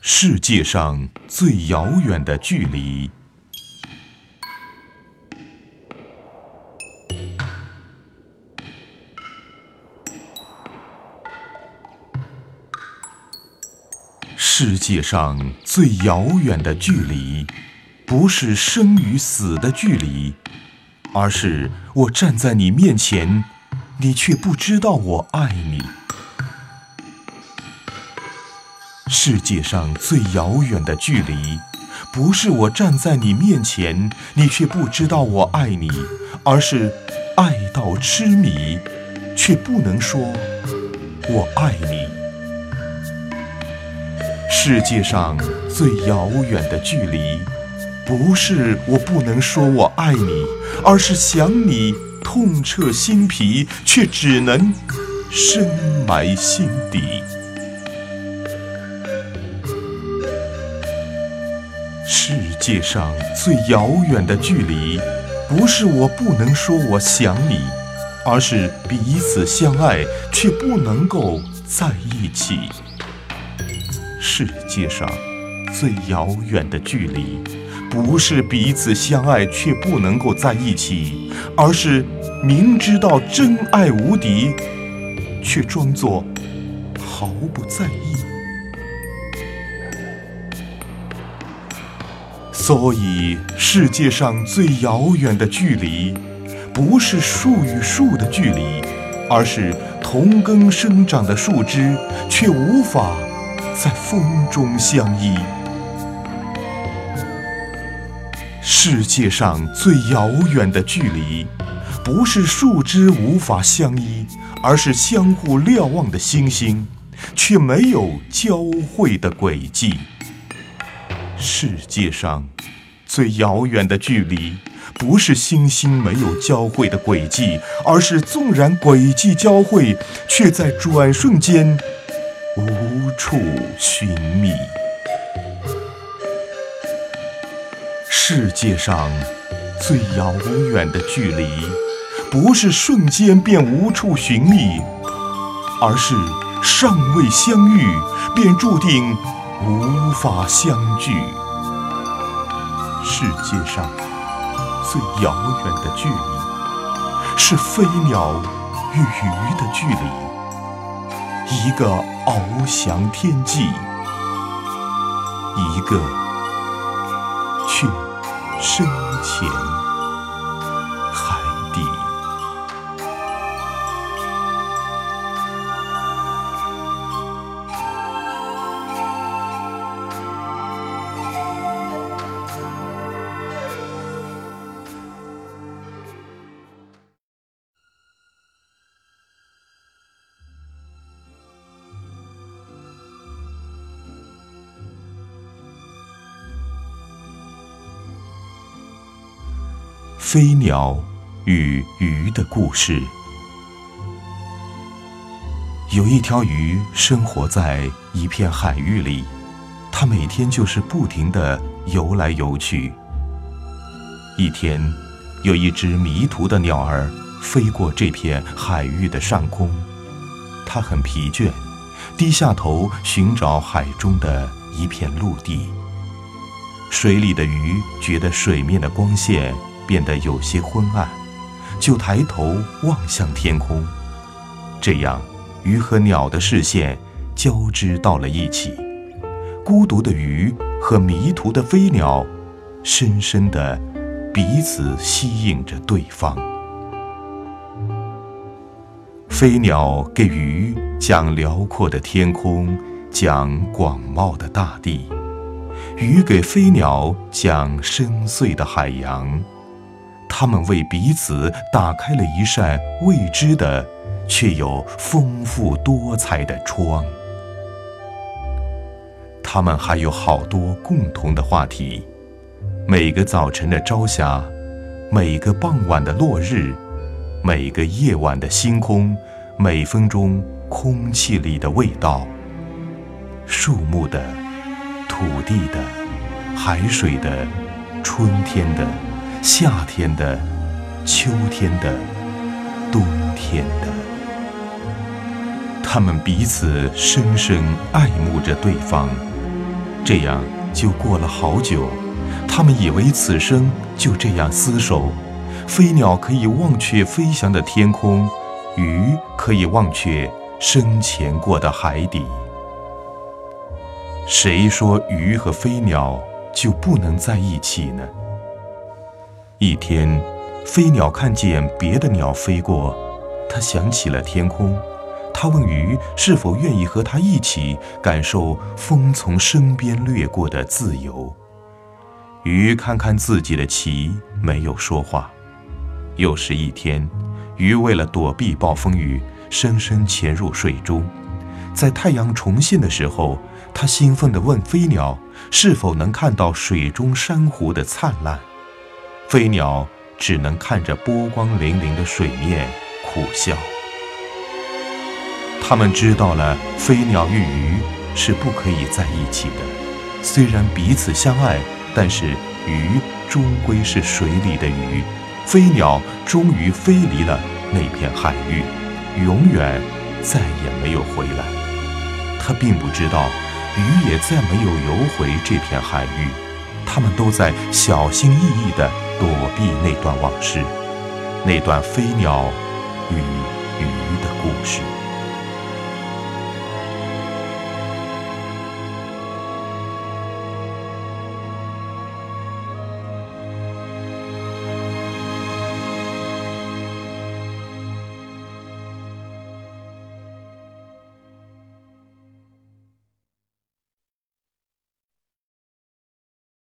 世界上最遥远的距离。世界上最遥远的距离，不是生与死的距离，而是我站在你面前，你却不知道我爱你。世界上最遥远的距离，不是我站在你面前，你却不知道我爱你，而是爱到痴迷，却不能说我爱你。世界上最遥远的距离，不是我不能说我爱你，而是想你痛彻心脾，却只能深埋心底。世界上最遥远的距离，不是我不能说我想你，而是彼此相爱却不能够在一起。世界上最遥远的距离，不是彼此相爱却不能够在一起，而是明知道真爱无敌，却装作毫不在意。所以世界上最遥远的距离，不是树与树的距离，而是同根生长的树枝却无法在风中相依。世界上最遥远的距离，不是树枝无法相依，而是相互瞭望的星星却没有交汇的轨迹。世界上最遥远的距离，不是星星没有交汇的轨迹，而是纵然轨迹交汇，却在转瞬间无处寻觅。世界上最遥远的距离，不是瞬间便无处寻觅，而是尚未相遇，便注定无法相聚。世界上最遥远的距离，是飞鸟与鱼的距离，一个翱翔天际，一个却深潜海底。飞鸟与鱼的故事。有一条鱼生活在一片海域里，它每天就是不停地游来游去。一天，有一只迷途的鸟儿飞过这片海域的上空，它很疲倦，低下头寻找海中的一片陆地。水里的鱼觉得水面的光线变得有些昏暗，就抬头望向天空。这样，鱼和鸟的视线交织到了一起。孤独的鱼和迷途的飞鸟，深深地彼此吸引着对方。飞鸟给鱼讲辽阔的天空，讲广袤的大地；鱼给飞鸟讲深邃的海洋。他们为彼此打开了一扇未知的却又丰富多彩的窗。他们还有好多共同的话题，每个早晨的朝霞，每个傍晚的落日，每个夜晚的星空，每分钟空气里的味道，树木的、土地的、海水的、春天的、夏天的、秋天的、冬天的。他们彼此深深爱慕着对方， 这样就过了好久，他们以为此生就这样厮守。飞鸟可以忘却飞翔的天空，鱼可以忘却深潜过的海底。谁说鱼和飞鸟就不能在一起呢？一天，飞鸟看见别的鸟飞过，它想起了天空。它问鱼是否愿意和它一起感受风从身边掠过的自由。鱼看看自己的鳍，没有说话。又是一天，鱼为了躲避暴风雨，深深潜入水中。在太阳重现的时候，它兴奋地问飞鸟是否能看到水中珊瑚的灿烂。飞鸟只能看着波光粼粼的水面苦笑。他们知道了飞鸟与鱼是不可以在一起的，虽然彼此相爱，但是鱼终归是水里的鱼，飞鸟终于飞离了那片海域，永远再也没有回来。他并不知道，鱼也再没有游回这片海域，他们都在小心翼翼地躲避那段往事，那段飞鸟与鱼的故事。